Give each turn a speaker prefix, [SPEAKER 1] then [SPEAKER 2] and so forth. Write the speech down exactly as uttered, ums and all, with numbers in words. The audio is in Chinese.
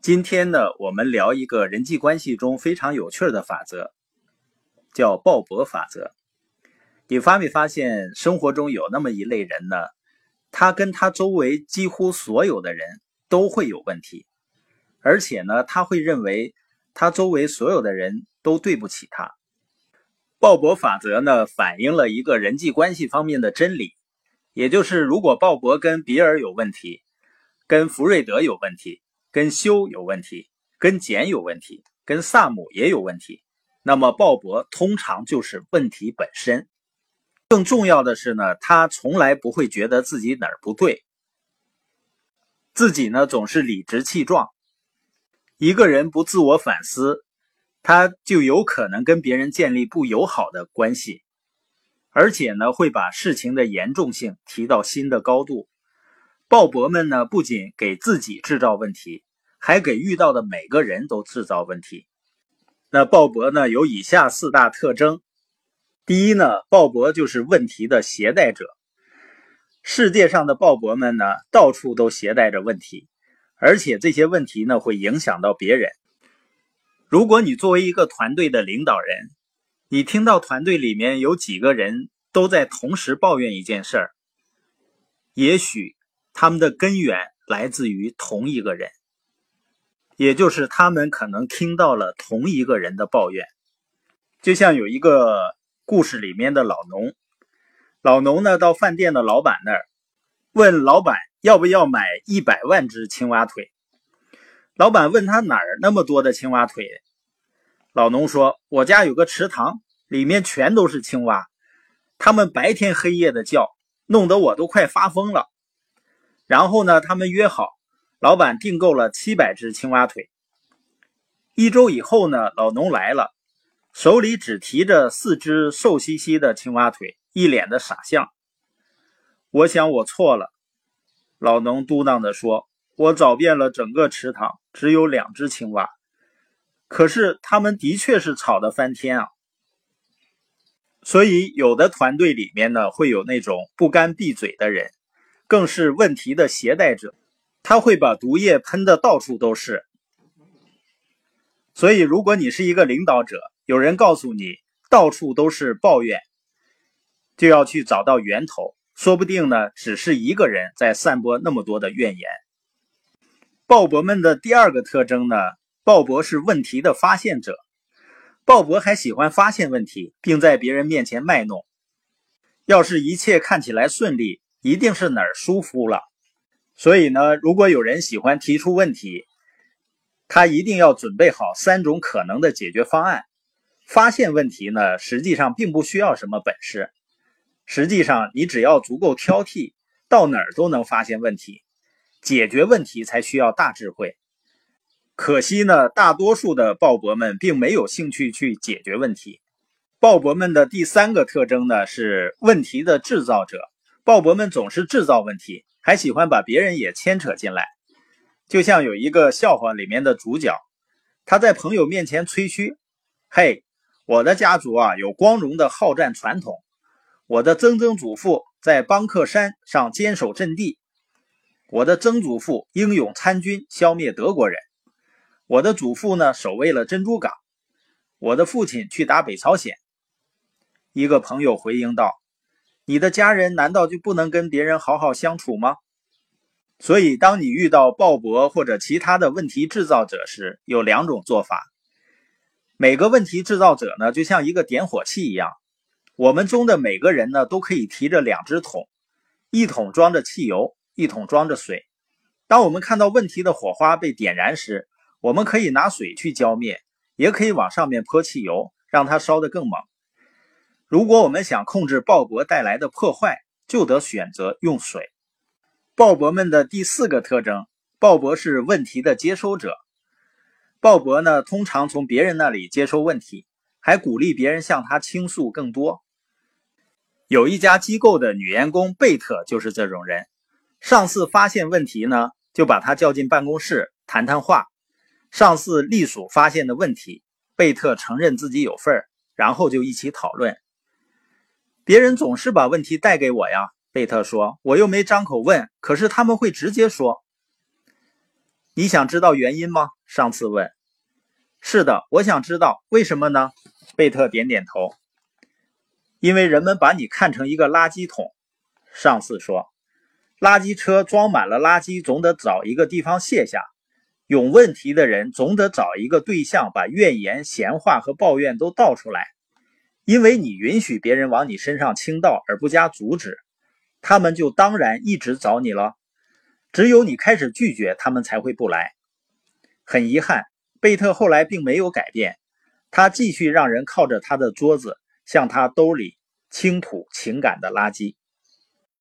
[SPEAKER 1] 今天呢，我们聊一个人际关系中非常有趣的法则，叫鲍勃法则。你发没发现生活中有那么一类人呢，他跟他周围几乎所有的人都会有问题，而且呢，他会认为他周围所有的人都对不起他。鲍勃法则呢，反映了一个人际关系方面的真理，也就是如果鲍勃跟比尔有问题，跟福瑞德有问题，跟修有问题，跟简有问题，跟萨姆也有问题，那么鲍勃通常就是问题本身。更重要的是呢，他从来不会觉得自己哪儿不对，自己呢总是理直气壮。一个人不自我反思，他就有可能跟别人建立不友好的关系，而且呢会把事情的严重性提到新的高度。鲍勃们呢，不仅给自己制造问题，还给遇到的每个人都制造问题。那鲍勃呢，有以下四大特征。第一呢，鲍勃就是问题的携带者。世界上的鲍勃们呢，到处都携带着问题，而且这些问题呢，会影响到别人。如果你作为一个团队的领导人，你听到团队里面有几个人都在同时抱怨一件事儿，也许他们的根源来自于同一个人，也就是他们可能听到了同一个人的抱怨。就像有一个故事里面的老农，老农呢到饭店的老板那儿，问老板要不要买一百万只青蛙腿。老板问他哪儿那么多的青蛙腿，老农说，我家有个池塘，里面全都是青蛙，他们白天黑夜的叫，弄得我都快发疯了。然后呢，他们约好，老板订购了七百只青蛙腿。一周以后呢，老农来了，手里只提着四只瘦兮兮的青蛙腿，一脸的傻相。我想我错了，老农嘟囔地说，我找遍了整个池塘，只有两只青蛙，可是他们的确是吵得翻天啊。所以有的团队里面呢，会有那种不甘闭嘴的人，更是问题的携带者，他会把毒液喷得到处都是。所以如果你是一个领导者，有人告诉你到处都是抱怨，就要去找到源头，说不定呢只是一个人在散播那么多的怨言。鲍勃们的第二个特征呢，鲍勃是问题的发现者。鲍勃还喜欢发现问题，并在别人面前卖弄。要是一切看起来顺利，一定是哪儿舒服了。所以呢，如果有人喜欢提出问题，他一定要准备好三种可能的解决方案。发现问题呢，实际上并不需要什么本事。实际上，你只要足够挑剔，到哪儿都能发现问题。解决问题才需要大智慧。可惜呢，大多数的鲍勃们并没有兴趣去解决问题。鲍勃们的第三个特征呢，是问题的制造者。鲍勃们总是制造问题，还喜欢把别人也牵扯进来。就像有一个笑话里面的主角，他在朋友面前吹嘘，嘿，我的家族啊有光荣的好战传统，我的曾曾祖父在邦克山上坚守阵地，我的曾祖父英勇参军消灭德国人，我的祖父呢守卫了珍珠港，我的父亲去打北朝鲜。一个朋友回应道，你的家人难道就不能跟别人好好相处吗？所以当你遇到鲍勃或者其他的问题制造者时，有两种做法。每个问题制造者呢，就像一个点火器一样，我们中的每个人呢，都可以提着两只桶，一桶装着汽油，一桶装着水。当我们看到问题的火花被点燃时，我们可以拿水去浇灭，也可以往上面泼汽油，让它烧得更猛。如果我们想控制鲍勃带来的破坏，就得选择用水。鲍勃们的第四个特征，鲍勃是问题的接收者。鲍勃呢，通常从别人那里接收问题，还鼓励别人向他倾诉更多。有一家机构的女员工贝特就是这种人，上司发现问题呢，就把他叫进办公室谈谈话。上司隶属发现的问题，贝特承认自己有份，然后就一起讨论。别人总是把问题带给我呀，贝特说，我又没张口问，可是他们会直接说。 你想知道原因吗？上次问。是的，我想知道，为什么呢？贝特点点头。因为人们把你看成一个垃圾桶，上司说。垃圾车装满了垃圾，总得找一个地方卸下。有问题的人总得找一个对象，把怨言、闲话和抱怨都倒出来。因为你允许别人往你身上倾倒而不加阻止，他们就当然一直找你了。只有你开始拒绝，他们才会不来。很遗憾，贝特后来并没有改变，他继续让人靠着他的桌子向他兜里倾吐情感的垃圾。